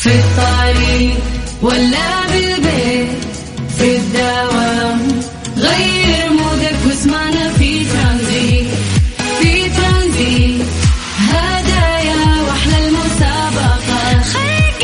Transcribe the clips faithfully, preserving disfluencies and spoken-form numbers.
في الطريق ولا بالبيت في الدوام، غير مودك واسمعنا في ترانزيت. في ترانزيت هدايا واحلى المسابقة، خليك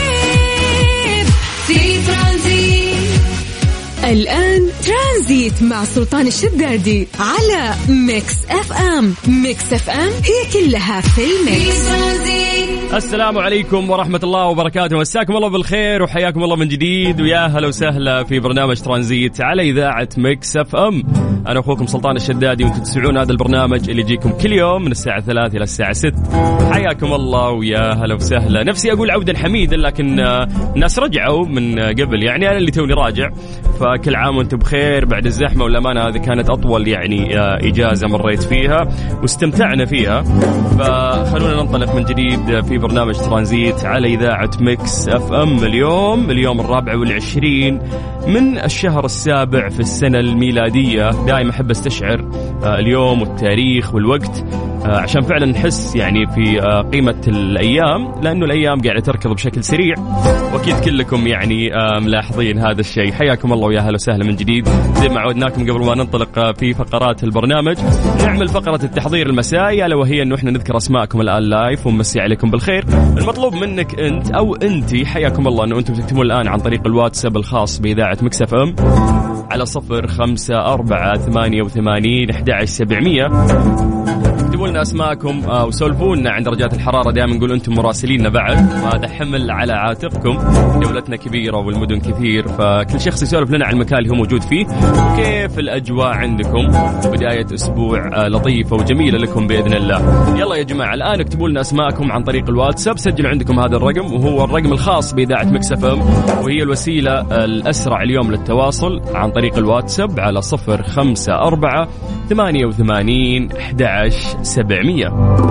قريب في ترانزيت. الآن ترانزيت مع سلطان الشدادي على ميكس اف ام. ميكس اف ام هي كلها في الميكس. السلام عليكم ورحمة الله وبركاته، مساكم الله بالخير وحياكم الله من جديد، ويا هلا وسهلا في برنامج ترانزيت على إذاعة ميكس اف ام. أنا أخوكم سلطان الشدادي، وأنتم تسمعون هذا البرنامج اللي يجيكم كل يوم من الساعة ثلاثة إلى الساعة ستة. حياكم الله ويا هلا وسهلا. نفسي أقول عودا حميدا، لكن الناس رجعوا من قبل، يعني أنا اللي توني راجع، فكل عام وأنتم بخير بعد الزحمة. والأمانة هذه كانت أطول يعني إجازة مريت فيها واستمتعنا فيها، فخلونا ننطلق من جديد في برنامج ترانزيت على إذاعة ميكس اف ام. اليوم اليوم الرابع والعشرين من الشهر السابع في السنة الميلادية. دائما أحب استشعر اليوم والتاريخ والوقت عشان فعلا نحس يعني في قيمة الأيام، لأنه الأيام قاعدة تركض بشكل سريع، وأكيد كلكم يعني ملاحظين هذا الشيء. حياكم الله ويا هلا وسهلا من جديد. زي ما عودناكم قبل ما ننطلق في فقرات البرنامج، نعمل فقرة التحضير المسائي، ألا وهي أنه إحنا نذكر أسماءكم الآن لايف ونمسي عليكم بالخير. المطلوب منك أنت أو أنتي حياكم الله أنه أنتم تكتبون الآن عن طريق الواتساب الخاص بإذاعة ميكس اف ام على صفر خمسة أربعة ثمانية وثمانين أحد عشر سبعمية. اكتبوا لنا اسماءكم وسولفونا عن درجات الحرارة. دائما نقول انتم مراسليننا بعد، وهذا حمل على عاتقكم. دولتنا كبيرة والمدن كثير، فكل شخص يسولف لنا عن المكان اللي هو موجود فيه وكيف الأجواء عندكم. بداية أسبوع لطيفة وجميلة لكم بإذن الله. يلا يا جماعة الآن اكتبوا لنا اسماءكم عن طريق الواتساب. سجلوا عندكم هذا الرقم، وهو الرقم الخاص بإذاعة ميكس اف ام، وهي الوسيلة الأسرع اليوم للتواصل عن طريق الواتساب على صفر خمسة أربعة ثمانية وثمانين أحد عشر سبعمية.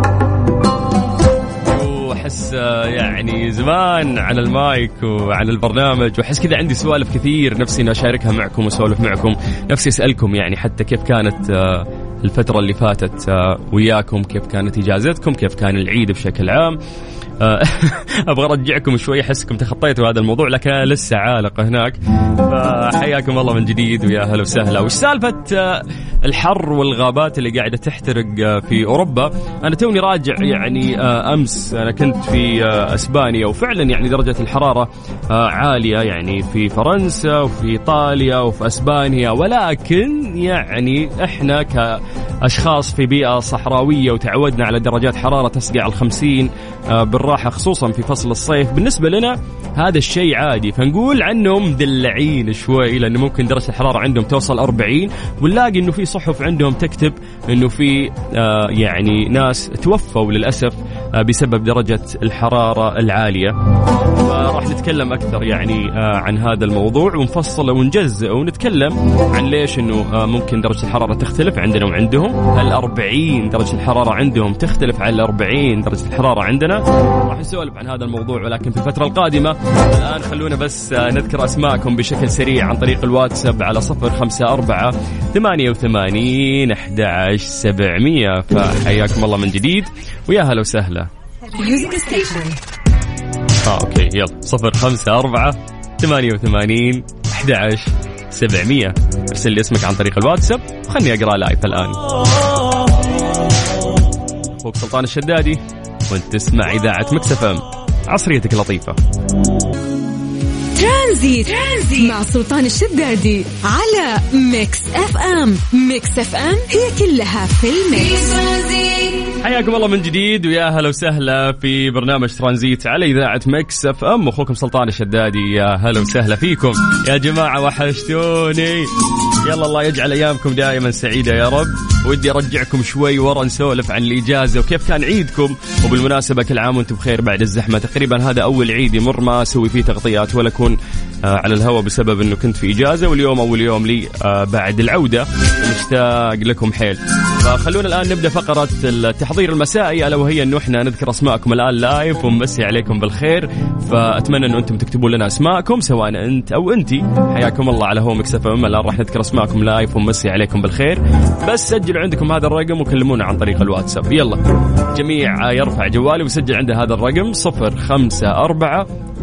أحس يعني زمان على المايك وعلى البرنامج، وأحس كذا عندي سوالف كثير نفسي أن أشاركها معكم وسولف معكم. نفسي أسألكم يعني حتى كيف كانت الفترة اللي فاتت وياكم، كيف كانت إجازتكم، كيف كان العيد بشكل عام. أبغى أرجعكم شوي، أحسكم تخطيتوا هذا الموضوع لكن لسه عالقة هناك. فحياكم الله من جديد ويا هلا وسهلا. وش سالفة الحر والغابات اللي قاعدة تحترق في أوروبا؟ أنا توني راجع يعني أمس، أنا كنت في أسبانيا، وفعلا يعني درجة الحرارة عالية يعني في فرنسا وفي إيطاليا وفي أسبانيا، ولكن يعني إحنا كأشخاص في بيئة صحراوية وتعودنا على درجات حرارة تصقع الخمسين بالراحة، خصوصا في فصل الصيف. بالنسبة لنا هذا الشيء عادي، فنقول عنهم مدلعين شوي، لأنه ممكن درجة الحرارة عندهم توصل أربعين، ونلاقي إنه في صحف عندهم تكتب إنه في آه يعني ناس توفوا للأسف آه بسبب درجة الحرارة العالية. فراح نتكلم أكثر يعني آه عن هذا الموضوع، ونفصل ونجزء ونتكلم عن ليش إنه آه ممكن درجة الحرارة تختلف عندنا وعندهم. الأربعين درجة الحرارة عندهم تختلف عن الأربعين درجة الحرارة عندنا. راح نسولف عن هذا الموضوع، ولكن في الفترة القادمة. الآن خلونا بس نذكر أسماءكم بشكل سريع عن طريق الواتساب على صفر خمسة أربعة ثمانية وثمانين أحد عشر سبعمية. فحياكم الله من جديد ويا هلا وسهلا. آه أوكي يلا صفر خمسة أربعة ثمانية وثمانين أحد عشر سبعمية. ارسل لي اسمك عن طريق الواتساب وخلني أقرأ لايف الآن. أخوك سلطان الشدادي، وانت تسمع إذاعة ميكس اف ام، عصريتك لطيفة. ترانزيت. ترانزيت مع سلطان الشدادي على ميكس اف ام. ميكس اف ام هي كلها في الميكس. حياكم الله من جديد ويا هلا وسهلا في برنامج ترانزيت على إذاعة ميكس اف ام. أخوكم سلطان الشدادي، يا هلا وسهلا فيكم يا جماعة، وحشتوني. يلا الله يجعل أيامكم دائما سعيدة يا رب. ودي أرجعكم شوي ورا نسولف عن الإجازة وكيف كان عيدكم. وبالمناسبة كل عام وانتم بخير بعد الزحمة. تقريبا هذا أول عيد يمر ما أسوي فيه تغطيات ولا أكون على الهواء بسبب أنه كنت في إجازة، واليوم أول يوم لي بعد العودة، ومشتاق لكم حيل. فخلونا الآن نبدأ فقرة التحضير المسائي، ألا وهي أنه إحنا نذكر أسماءكم الآن لايف ونمسي عليكم بالخير. فأتمنى أنه أنتم تكتبوا لنا أسماءكم سواء أنت أو أنتي. حياكم الله على هو ميكس اف ام. الآن راح نذكر أسماءكم لايف ونمسي عليكم بالخير. بس سجلوا عندكم هذا الرقم وكلمونا عن طريق الواتساب. يلا جميع يرفع جوالي ويسجل عنده هذا الرقم صفر خمسة أربعة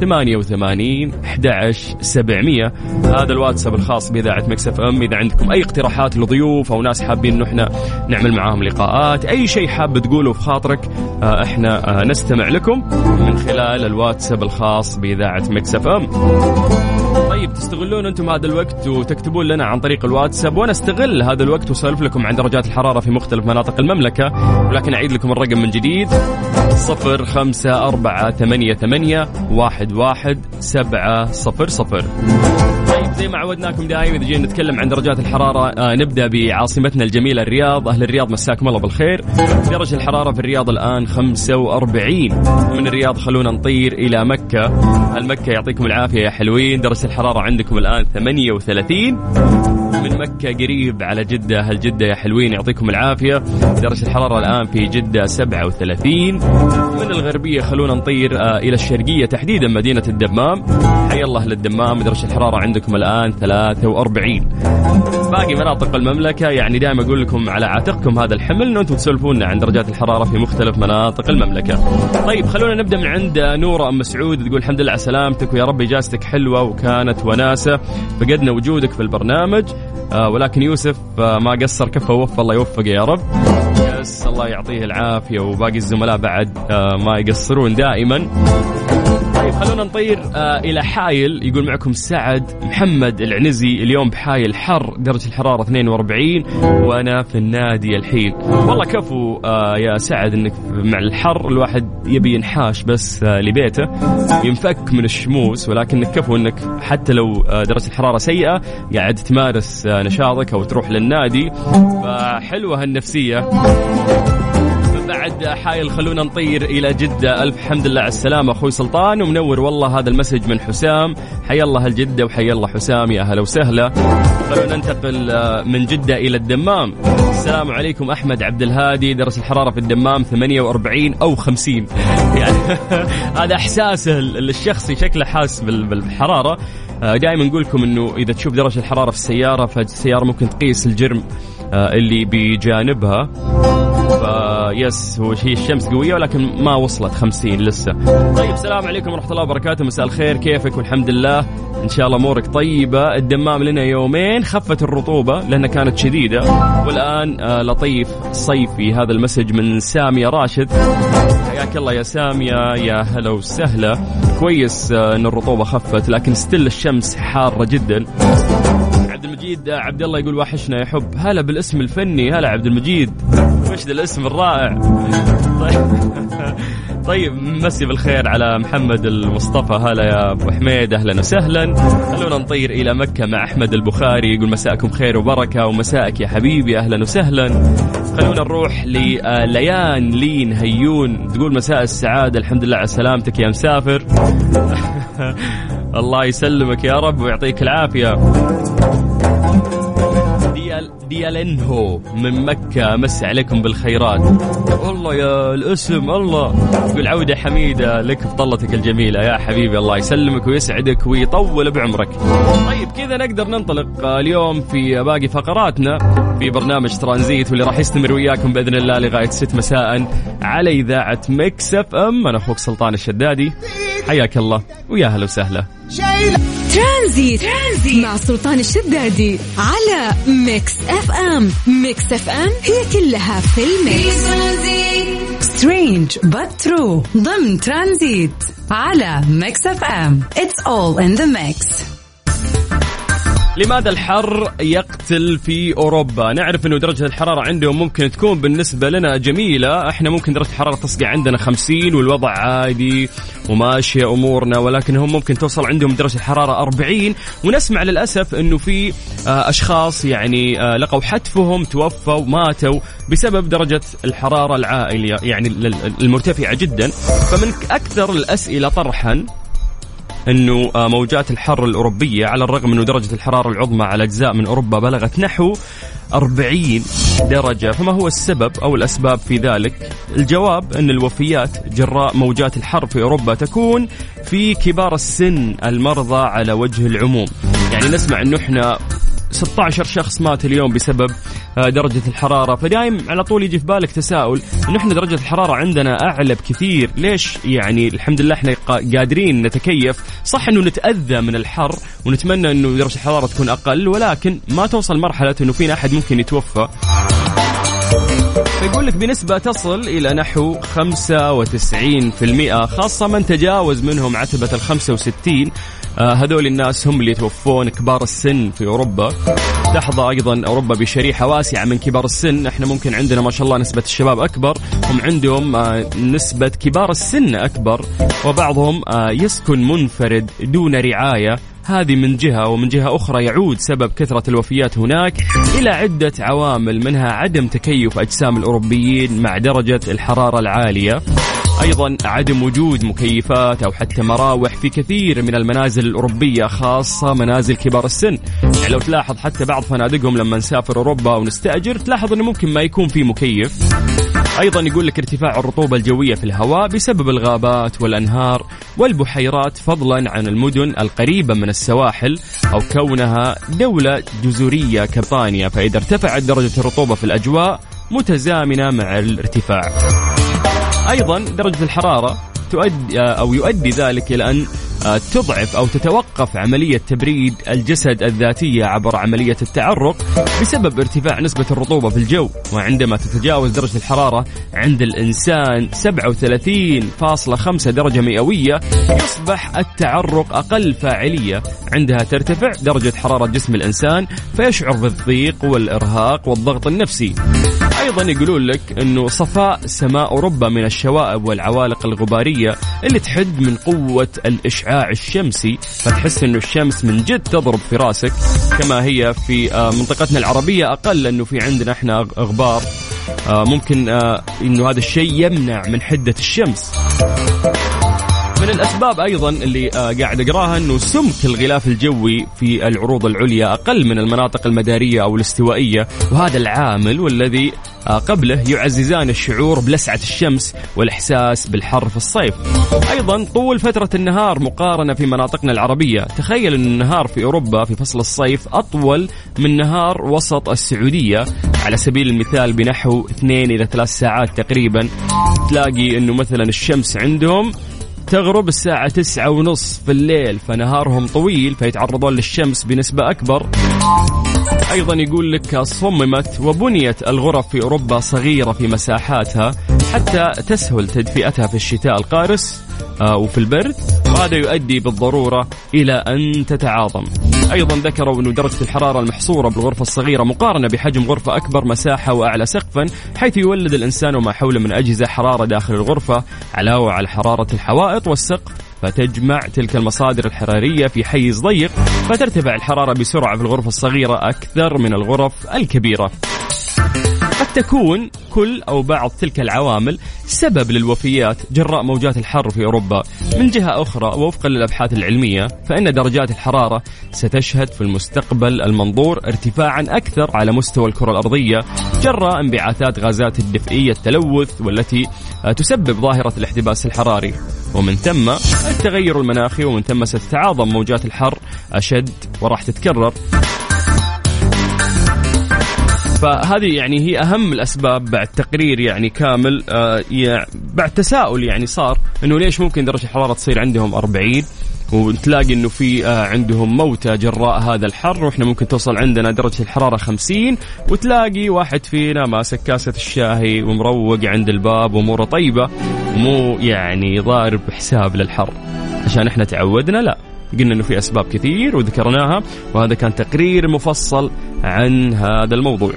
ثمانية وثمانين أحد عشر سبعمية. هذا الواتساب الخاص بإذاعة ميكس اف ام. إذا عندكم أي اقتراحات لضيوف أو ناس حابين إنه إحنا نعمل معاهم لقاءات، أي شيء حاب تقوله في خاطرك، إحنا نستمع لكم من خلال الواتساب الخاص بإذاعة ميكس اف ام. طيب تستغلون أنتم هذا الوقت وتكتبون لنا عن طريق الواتساب، وأنا استغل هذا الوقت وسألف لكم عن درجات الحرارة في مختلف مناطق المملكة. ولكن أعيد لكم الرقم من جديد: صفر خمسة أربعة ثمانية ثمانية واحد واحد سبعة صفر صفر. طيب زي ما عودناكم دائما إذا جينا نتكلم عن درجات الحرارة آه نبدأ بعاصمتنا الجميلة الرياض. أهل الرياض مساكم الله بالخير. درجة الحرارة في الرياض الآن خمسة وأربعين. من الرياض خلونا نطير إلى مكة. المكة يعطيكم العافية يا حلوين، درجة الحرارة عندكم الآن ثمانية وثلاثين. من مكة قريب على جدة، أهل جدة يا حلوين يعطيكم العافية، درجة الحرارة الآن في جدة سبعة وثلاثين. من الغربية خلونا نطير آه إلى الشرقية تحديدا مدينة الدمام. حي الله للدمام، درجة الحرارة عندكم الآن ثلاثة وأربعين. باقي مناطق المملكة يعني دائما أقول لكم على عاتقكم هذا الحمل أنه أنتم تسولفونا عن درجات الحرارة في مختلف مناطق المملكة. طيب خلونا نبدأ من عند نورة أم مسعود، تقول الحمد لله على سلامتك ويا رب إجازتك حلوة وكانت وناسة، فقدنا وجودك في البرنامج. آه ولكن يوسف آه ما قصر كفه ووفى، الله يوفقه يا رب. يس الله يعطيه العافية، وباقي الزملاء بعد آه ما يقصرون دائما. طيب خلونا نطير آه إلى حايل. يقول معكم سعد محمد العنزي، اليوم بحايل حر، درجة الحرارة اثنين وأربعين وأنا في النادي الحين. والله كفو آه يا سعد إنك مع الحر الواحد يبي ينحاش بس آه لبيته ينفك من الشموس، ولكنك كفو إنك حتى لو آه درجة الحرارة سيئة قاعد تمارس آه نشاطك أو تروح للنادي، فحلوة هالنفسية. بعد حايل خلونا نطير إلى جدة. ألف حمد لله على السلامة أخوي سلطان ومنور والله. هذا المسج من حسام، حي الله الجدة وحي الله حسام، يا أهلا وسهلا. خلونا ننتقل من جدة إلى الدمام. السلام عليكم أحمد عبد الهادي، درجة الحرارة في الدمام ثمانية وأربعين أو خمسين. يعني هذا إحساسه الشخصي شكله حاس بالحرارة. دائما نقول لكم إنه إذا تشوف درجة الحرارة في السيارة فالسيارة ممكن تقيس الجرم اللي بجانبها. يس هو هي الشمس قوية ولكن ما وصلت خمسين لسه. طيب السلام عليكم ورحمة الله وبركاته، مساء الخير، كيفك؟ والحمد لله إن شاء الله أمورك طيبة. الدمام لنا يومين خفت الرطوبة لأنها كانت شديدة، والآن آه لطيف صيفي. هذا المسج من سامية راشد، حياك الله يا سامية، يا هلا وسهلا. كويس آه أن الرطوبة خفت لكن ستيل الشمس حارة جدا. عبد المجيد عبد الله يقول وحشنا يا حب. هلا بالاسم الفني، هلا عبد المجيد، وش ذا الاسم الرائع. طيب طيب مسي بالخير على محمد المصطفى، هلا يا ابو حميد، اهلا وسهلا. خلونا نطير الى مكة مع احمد البخاري، يقول مساءكم خير وبركة. ومساءك يا حبيبي، اهلا وسهلا. خلونا نروح لليان لين هيون، تقول مساء السعادة، الحمد لله على سلامتك يا مسافر. الله يسلمك يا رب ويعطيك العافية. ديالينهو من مكة، مسي عليكم بالخيرات. والله يا الاسم الله. يقول عودة حميدة لك في طلتك الجميلة يا حبيبي، الله يسلمك ويسعدك ويطول بعمرك. طيب كذا نقدر ننطلق اليوم في باقي فقراتنا في برنامج ترانزيت، واللي راح يستمر وياكم بإذن الله لغاية ست مساء على إذاعة ميكس اف ام. أنا أخوك سلطان الشدادي، حياك الله ويا هلا وسهلا. ترانزيت. ترانزيت مع سلطان الشدادي على ميكس اف ام. ميكس اف ام هي كلها في الميكس. سترينج but true ضمن ترانزيت على ميكس اف ام. It's all in the mix. لماذا الحر يقتل في أوروبا؟ نعرف أنه درجة الحرارة عندهم ممكن تكون بالنسبة لنا جميلة، احنا ممكن درجة الحرارة تصقع عندنا خمسين والوضع عادي وماشية أمورنا، ولكن هم ممكن توصل عندهم درجة الحرارة أربعين. ونسمع للأسف أنه في أشخاص يعني لقوا حتفهم، توفوا، ماتوا بسبب درجة الحرارة العائلية يعني المرتفعة جدا. فمن أكثر الأسئلة طرحا أنه موجات الحر الأوروبية على الرغم أنه درجة الحرارة العظمى على أجزاء من أوروبا بلغت نحو أربعين درجة، فما هو السبب أو الأسباب في ذلك؟ الجواب أن الوفيات جراء موجات الحر في أوروبا تكون في كبار السن، المرضى على وجه العموم. يعني نسمع أنه إحنا ستة عشر شخص مات اليوم بسبب درجة الحرارة. فدايم على طول يجي في بالك تساؤل إنه إحنا درجة الحرارة عندنا أعلى بكثير، ليش يعني الحمد لله إحنا قادرين نتكيف. صح إنه نتأذى من الحر ونتمنى إنه درجة الحرارة تكون أقل، ولكن ما توصل مرحلة إنه فينا أحد ممكن يتوفى. فيقول لك بنسبة تصل إلى نحو خمسة وتسعين بالمئة، خاصة من تجاوز منهم عتبة الخمسة وستين. آه هذول الناس هم اللي يتوفون، كبار السن في أوروبا. تحظى أيضا أوروبا بشريحة واسعة من كبار السن. احنا ممكن عندنا ما شاء الله نسبة الشباب أكبر، هم عندهم آه نسبة كبار السن أكبر، وبعضهم آه يسكن منفرد دون رعاية. هذه من جهة، ومن جهة أخرى يعود سبب كثرة الوفيات هناك إلى عدة عوامل، منها عدم تكيف أجسام الأوروبيين مع درجة الحرارة العالية، أيضا عدم وجود مكيفات أو حتى مراوح في كثير من المنازل الأوروبية، خاصة منازل كبار السن. يعني لو تلاحظ حتى بعض فنادقهم لما نسافر أوروبا ونستأجر تلاحظ أنه ممكن ما يكون في مكيف. أيضا يقول لك ارتفاع الرطوبة الجوية في الهواء بسبب الغابات والأنهار والبحيرات، فضلا عن المدن القريبة من السواحل أو كونها دولة جزرية كبريطانيا. فإذا ارتفعت درجة الرطوبة في الأجواء متزامنة مع الارتفاع، أيضا درجة الحرارة تؤدي أو يؤدي ذلك إلى أن تضعف أو تتوقف عملية تبريد الجسد الذاتية عبر عملية التعرق بسبب ارتفاع نسبة الرطوبة في الجو. وعندما تتجاوز درجة الحرارة عند الإنسان سبعة وثلاثين فاصلة خمسة درجة مئوية يصبح التعرق أقل فاعلية. عندها ترتفع درجة حرارة جسم الإنسان فيشعر بالضيق والإرهاق والضغط النفسي. أيضا يقولون لك أنه صفاء سماء أوروبا من الشوائب والعوالق الغبارية اللي تحد من قوة الإشعاع الشمسي، فتحس أنه الشمس من جد تضرب في راسك. كما هي في منطقتنا العربية أقل، لأنه في عندنا إحنا غبار، ممكن أنه هذا الشيء يمنع من حدة الشمس. من الأسباب أيضا اللي قاعد أقراها أنه سمك الغلاف الجوي في العروض العليا أقل من المناطق المدارية أو الاستوائية، وهذا العامل والذي قبله يعززان الشعور بلسعة الشمس والإحساس بالحر في الصيف. أيضا طول فترة النهار مقارنة في مناطقنا العربية. تخيل أن النهار في أوروبا في فصل الصيف أطول من نهار وسط السعودية على سبيل المثال بنحو اثنين إلى ثلاث ساعات تقريبا. تلاقي أنه مثلا الشمس عندهم تغرب الساعة تسعة ونص في الليل، فنهارهم طويل فيتعرضون للشمس بنسبة أكبر. أيضا يقول لك صممت وبنيت الغرف في أوروبا صغيرة في مساحاتها حتى تسهل تدفئتها في الشتاء القارس وفي البرد، وهذا يؤدي بالضرورة إلى أن تتعاظم. أيضا ذكروا أن درجة الحرارة المحصورة بالغرفة الصغيرة مقارنة بحجم غرفة أكبر مساحة وأعلى سقفا، حيث يولد الإنسان وما حوله من أجهزة حرارة داخل الغرفة علاوة على حرارة الحوائط والسقف، فتجمع تلك المصادر الحرارية في حيز ضيق، فترتفع الحرارة بسرعة في الغرفة الصغيرة أكثر من الغرف الكبيرة. قد تكون كل أو بعض تلك العوامل سبب للوفيات جراء موجات الحر في أوروبا. من جهة أخرى ووفقا للأبحاث العلمية فإن درجات الحرارة ستشهد في المستقبل المنظور ارتفاعا أكثر على مستوى الكرة الأرضية جراء انبعاثات غازات الدفئية التلوث والتي تسبب ظاهرة الاحتباس الحراري، ومن ثم التغير المناخي، ومن ثم ستتعاظم موجات الحر أشد وراح تتكرر. فهذه يعني هي أهم الأسباب بعد تقرير يعني كامل، آه يعني بعد تساؤل يعني صار إنه ليش ممكن درجة الحرارة تصير عندهم أربعين وتلاقي إنه في آه عندهم موتى جراء هذا الحر، وإحنا ممكن توصل عندنا درجة الحرارة خمسين وتلاقي واحد فينا ماسك كاسة الشاهي ومروق عند الباب وأموره طيبة، مو يعني ضارب حساب للحر عشان إحنا تعودنا. لا، قلنا إنه في أسباب كثير وذكرناها، وهذا كان تقرير مفصل عن هذا الموضوع.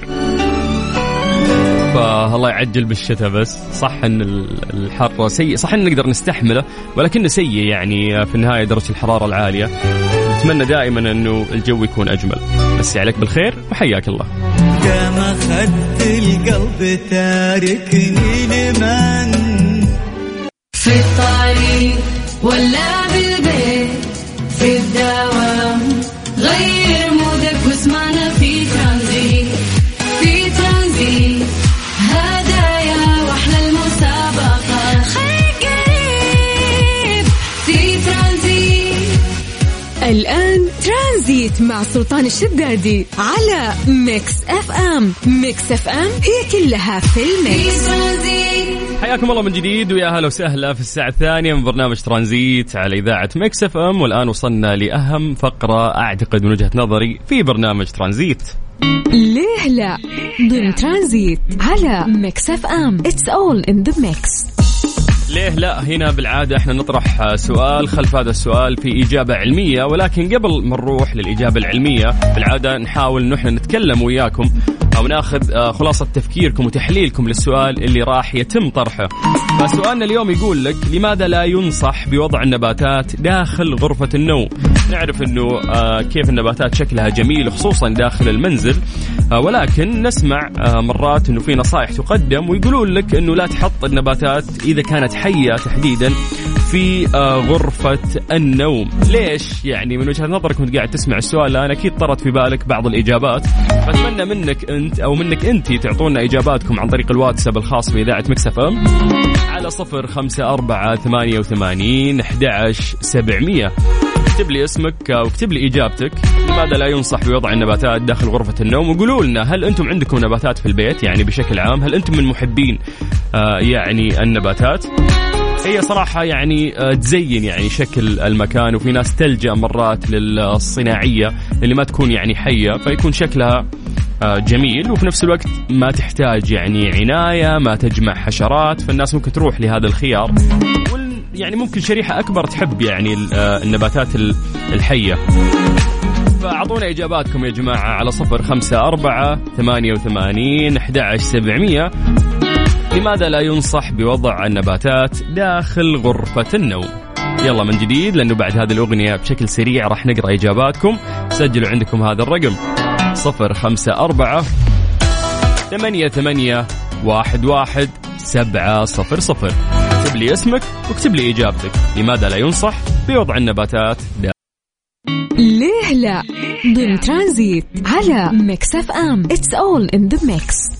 فالله يعجل بالشتاء، بس صح أن الحر سيء، صح أن نقدر نستحمله، ولكنه سيء يعني في النهاية درجة الحرارة العالية. نتمنى دائما أنه الجو يكون أجمل. مسي عليك بالخير وحياك الله. كما خدت القلب تاركني لمن في الطريق ولا بالبيت في الدوام، غير مودك واسمعنا في ترانزيت. في ترانزيت هدايا واحلى المسابقة، خليك قريب في ترانزيت. الآن ترانزيت ترانزيت مع سلطان الشدادي على ميكس اف ام. ميكس اف ام هي كلها في الميكس. حياكم الله من جديد ويا هلا وسهلا في الساعة الثانية من برنامج ترانزيت على إذاعة ميكس اف ام. والآن وصلنا لأهم فقرة أعتقد من وجهة نظري في برنامج ترانزيت. ليه لا ضمن ترانزيت على ميكس اف ام. It's all in the mix. ليه لا؟ هنا بالعادة احنا نطرح سؤال، خلف هذا السؤال في إجابة علمية، ولكن قبل ما نروح للإجابة العلمية بالعادة نحاول إنه احنا نتكلم وياكم أو ناخذ خلاصة تفكيركم وتحليلكم للسؤال اللي راح يتم طرحه. فسؤالنا اليوم يقول لك: لماذا لا ينصح بوضع النباتات داخل غرفة النوم؟ نعرف إنه كيف النباتات شكلها جميل خصوصا داخل المنزل، ولكن نسمع مرات إنه في نصائح تقدم ويقولون لك إنه لا تحط النباتات إذا كانت حية تحديدا في غرفة النوم. ليش؟ يعني من وجهة نظرك وانت قاعد تسمع السؤال أنا أكيد طرت في بالك بعض الإجابات، فأتمنى منك أنت أو منك أنت تعطونا إجاباتكم عن طريق الواتساب الخاص بإذاعة ميكس اف ام على صفر خمسة أربعة ثمانية وثمانين أحد عشر سبعمية. اكتب لي اسمك واكتب لي إجابتك. لماذا لا ينصح بوضع النباتات داخل غرفة النوم؟ وقولوا لنا هل أنتم عندكم نباتات في البيت يعني بشكل عام؟ هل أنتم من محبين آه يعني النباتات؟ هي صراحة يعني تزين يعني شكل المكان، وفي ناس تلجأ مرات للصناعية اللي ما تكون يعني حية فيكون شكلها جميل، وفي نفس الوقت ما تحتاج يعني عناية، ما تجمع حشرات، فالناس ممكن تروح لهذا الخيار. يعني ممكن شريحة أكبر تحب يعني النباتات الحية. فأعطونا إجاباتكم يا جماعة على صفر خمسة أربعة ثمانية وثمانين أحد عشر سبعمية. لماذا لا ينصح بوضع النباتات داخل غرفة النوم؟ يلا من جديد، لأنه بعد هذه الأغنية بشكل سريع راح نقرأ إجاباتكم. سجلوا عندكم هذا الرقم صفر خمسة أربعة ثمانية ثمانية واحد واحد سبعة صفر صفر. اكتب لي اسمك واكتب لي إجابتك. لماذا لا ينصح بوضع النباتات داخل؟ ليه لا ضمن ترانزيت على ميكس اف ام. It's all in the mix.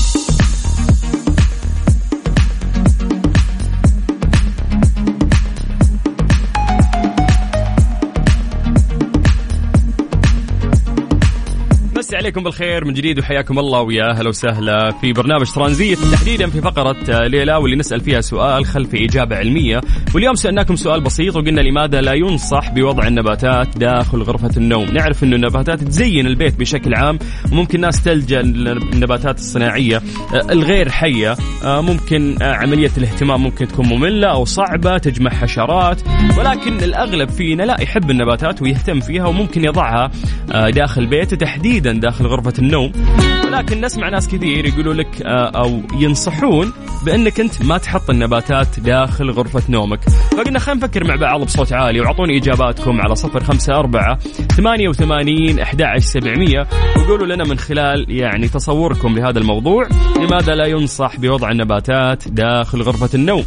عليكم بالخير من جديد وحياكم الله ويا هلا وسهلا في برنامج ترانزيت، تحديدا في فقرة ليلى واللي نسأل فيها سؤال خلف إجابة علمية. واليوم سألناكم سؤال بسيط وقلنا لماذا لا ينصح بوضع النباتات داخل غرفة النوم؟ نعرف أنه النباتات تزين البيت بشكل عام، وممكن ناس تلجأ للنباتات الصناعية الغير حية، ممكن عملية الاهتمام ممكن تكون مملة أو صعبة، تجمع حشرات، ولكن الأغلب فينا لا يحب النباتات ويهتم فيها وممكن يضعها داخل بيته تحديدا داخل غرفة النوم. ولكن نسمع ناس كثير يقولوا لك أو ينصحون بأنك أنت ما تحط النباتات داخل غرفة نومك. فقلنا خلينا نفكر مع بعض بصوت عالي وعطوني إجاباتكم على صفر خمسة أربعة ثمانية وثمانين أحد عشر سبعمية، وقولوا لنا من خلال يعني تصوركم لهذا الموضوع لماذا لا ينصح بوضع النباتات داخل غرفة النوم.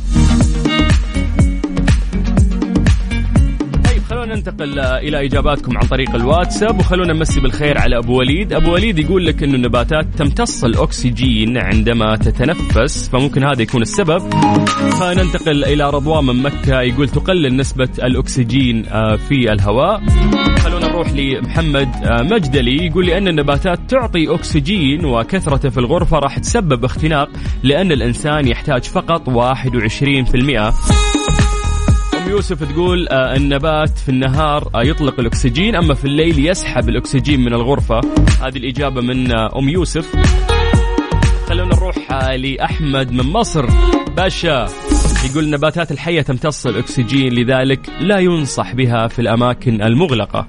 خلونا ننتقل إلى إجاباتكم عن طريق الواتساب، وخلونا نمسي بالخير على أبو وليد. أبو وليد يقول لك إنه النباتات تمتص الأكسجين عندما تتنفس، فممكن هذا يكون السبب. فننتقل إلى رضوان من مكة يقول تقلل نسبة الأكسجين في الهواء. خلونا نروح لمحمد مجدلي يقول لأن النباتات تعطي أكسجين وكثرته في الغرفة راح تسبب اختناق لأن الإنسان يحتاج فقط واحد وعشرين بالمئة. يوسف تقول آه النبات في النهار آه يطلق الأكسجين، أما في الليل يسحب الأكسجين من الغرفة. هذه الإجابة من آه أم يوسف. خلونا نروح آه لأحمد من مصر باشا يقول النباتات الحية تمتص الأكسجين لذلك لا ينصح بها في الأماكن المغلقة.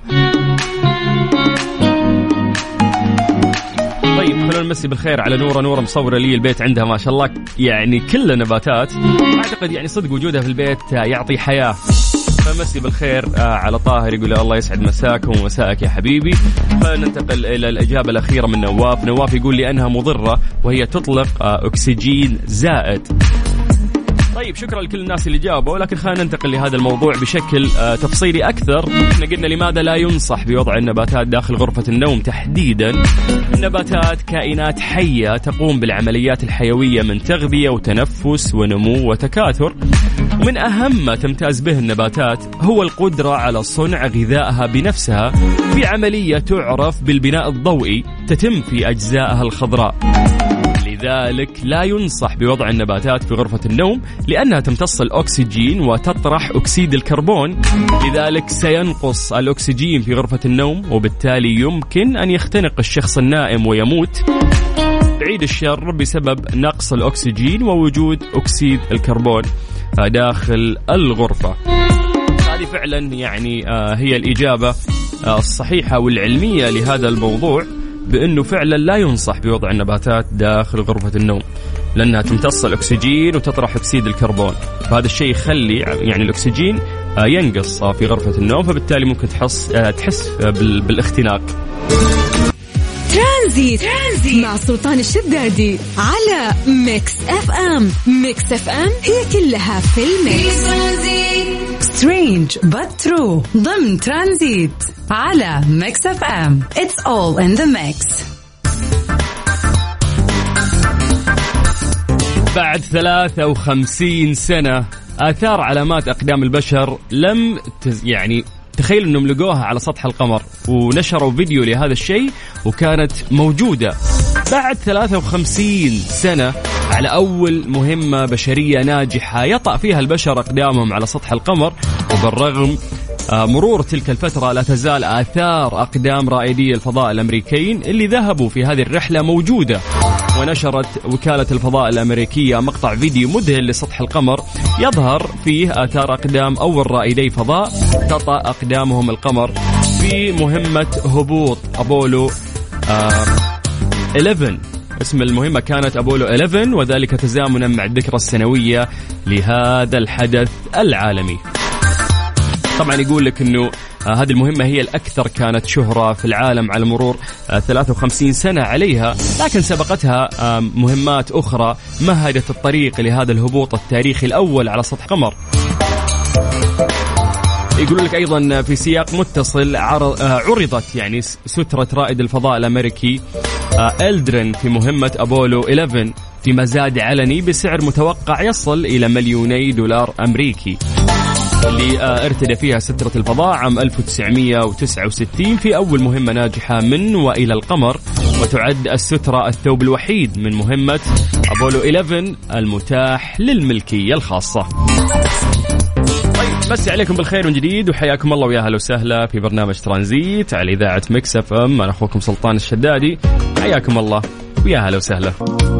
طيب خلونا نمسي بالخير على نورة. نورة مصورة لي البيت عندها ما شاء الله يعني كل نباتات، أعتقد يعني صدق وجودها في البيت يعطي حياة. فمسي بالخير على طاهر يقول الله يسعد مساكم ومساءك يا حبيبي. فننتقل إلى الإجابة الأخيرة من نواف. نواف يقول لي أنها مضرة وهي تطلق أكسجين زائد. طيب شكرا لكل الناس اللي جاوبوا، لكن خلينا ننتقل لهذا الموضوع بشكل تفصيلي أكثر. احنا قلنا لماذا لا ينصح بوضع النباتات داخل غرفة النوم تحديدا. النباتات كائنات حية تقوم بالعمليات الحيوية من تغذية وتنفس ونمو وتكاثر. ومن أهم ما تمتاز به النباتات هو القدرة على صنع غذائها بنفسها في عملية تعرف بالبناء الضوئي تتم في أجزائها الخضراء. لذلك لا ينصح بوضع النباتات في غرفة النوم لأنها تمتص الأكسجين وتطرح أكسيد الكربون، لذلك سينقص الأكسجين في غرفة النوم وبالتالي يمكن أن يختنق الشخص النائم ويموت بعيد الشر بسبب نقص الأكسجين ووجود أكسيد الكربون داخل الغرفة. هذه فعلا يعني هي الإجابة الصحيحة والعلمية لهذا الموضوع، بأنه فعلا لا ينصح بوضع النباتات داخل غرفة النوم لأنها تمتص الأكسجين وتطرح أكسيد الكربون، فهذا الشيء يخلي يعني الأكسجين ينقص في غرفة النوم، فبالتالي ممكن تحس تحس بالاختناق. ترانزيت. ترانزيت مع سلطان الشدادي على ميكس اف ام. ميكس اف ام هي كلها في الميكس. سترينج but true ضمن ترانزيت على ميكس اف ام. It's all in the mix. بعد ثلاثة وخمسين سنة آثار علامات أقدام البشر لم تز يعني تخيل أنهم لقوها على سطح القمر، ونشروا فيديو لهذا الشيء وكانت موجودة بعد ثلاثة وخمسين سنة على أول مهمة بشرية ناجحة يطأ فيها البشر أقدامهم على سطح القمر. وبالرغم مرور تلك الفترة لا تزال آثار أقدام رائدي الفضاء الأمريكيين اللي ذهبوا في هذه الرحلة موجودة. ونشرت وكالة الفضاء الأمريكية مقطع فيديو مذهل لسطح القمر يظهر فيه آثار أقدام أول رائدي فضاء تطأ أقدامهم القمر في مهمة هبوط أبولو آه إحدى عشر. اسم المهمة كانت أبولو إحدى عشر، وذلك تزامنا مع الذكرى السنوية لهذا الحدث العالمي. طبعا يقول لك أنه آه هذه المهمة هي الأكثر كانت شهرة في العالم على مرور آه ثلاثة وخمسين سنة عليها، لكن سبقتها آه مهمات أخرى مهدت الطريق لهذا الهبوط التاريخي الأول على سطح قمر. يقول لك أيضا في سياق متصل عرضت يعني سترة رائد الفضاء الأمريكي ألدرين في مهمة أبولو إحدى عشر في مزاد علني بسعر متوقع يصل إلى مليوني دولار أمريكي، اللي ارتدى فيها سترة الفضاء عام ألف وتسعمائة وتسعة وستين في أول مهمة ناجحة من وإلى القمر، وتعد السترة الثوب الوحيد من مهمة أبولو إحدى عشر المتاح للملكية الخاصة. طيب بس عليكم بالخير من جديد وحياكم الله ويا هلا وسهلا في برنامج ترانزيت على إذاعة ميكس اف ام. أنا أخوكم سلطان الشدادي، حياكم الله ويا هلا وسهلا.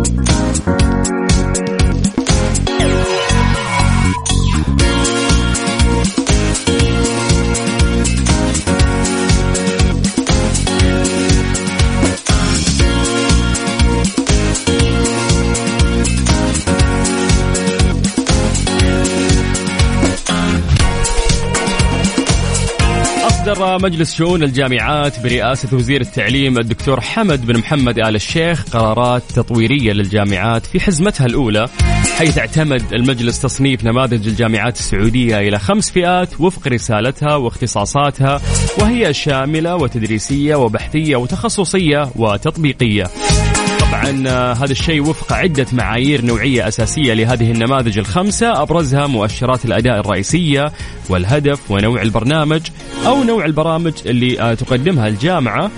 أصدر مجلس شؤون الجامعات برئاسة وزير التعليم الدكتور حمد بن محمد آل الشيخ قرارات تطويرية للجامعات في حزمتها الأولى، حيث اعتمد المجلس تصنيف نماذج الجامعات السعودية إلى خمس فئات وفق رسالتها واختصاصاتها، وهي شاملة وتدريسية وبحثية وتخصصية وتطبيقية. طبعا هذا الشيء وفق عدة معايير نوعية أساسية لهذه النماذج الخمسة، أبرزها مؤشرات الأداء الرئيسية والهدف ونوع البرنامج أو نوع البرامج اللي تقدمها الجامعة،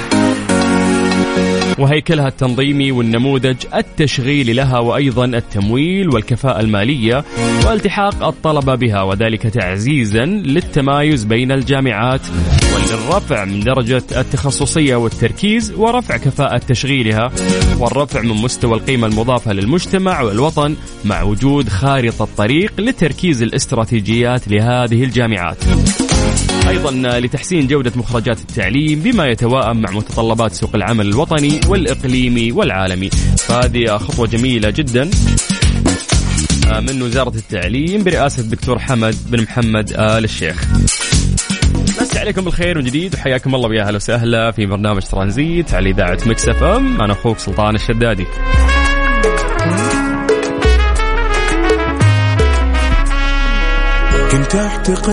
وهيكلها التنظيمي والنموذج التشغيلي لها، وأيضا التمويل والكفاءة المالية والالتحاق الطلبة بها، وذلك تعزيزا للتمايز بين الجامعات وللرفع من درجة التخصصية والتركيز ورفع كفاءة تشغيلها والرفع من مستوى القيمة المضافة للمجتمع والوطن، مع وجود خارطة طريق لتركيز الاستراتيجيات لهذه الجامعات. أيضا لتحسين جودة مخرجات التعليم بما يتوائم مع متطلبات سوق العمل الوطني والإقليمي والعالمي. فهذه خطوة جميلة جدا من وزارة التعليم برئاسة الدكتور حمد بن محمد آل الشيخ. بس عليكم بالخير من جديد وحياكم الله ويا هلا وسهلا في برنامج ترانزيت على إذاعة ميكس اف ام. أنا أخوك سلطان الشدادي. كنت أعتقد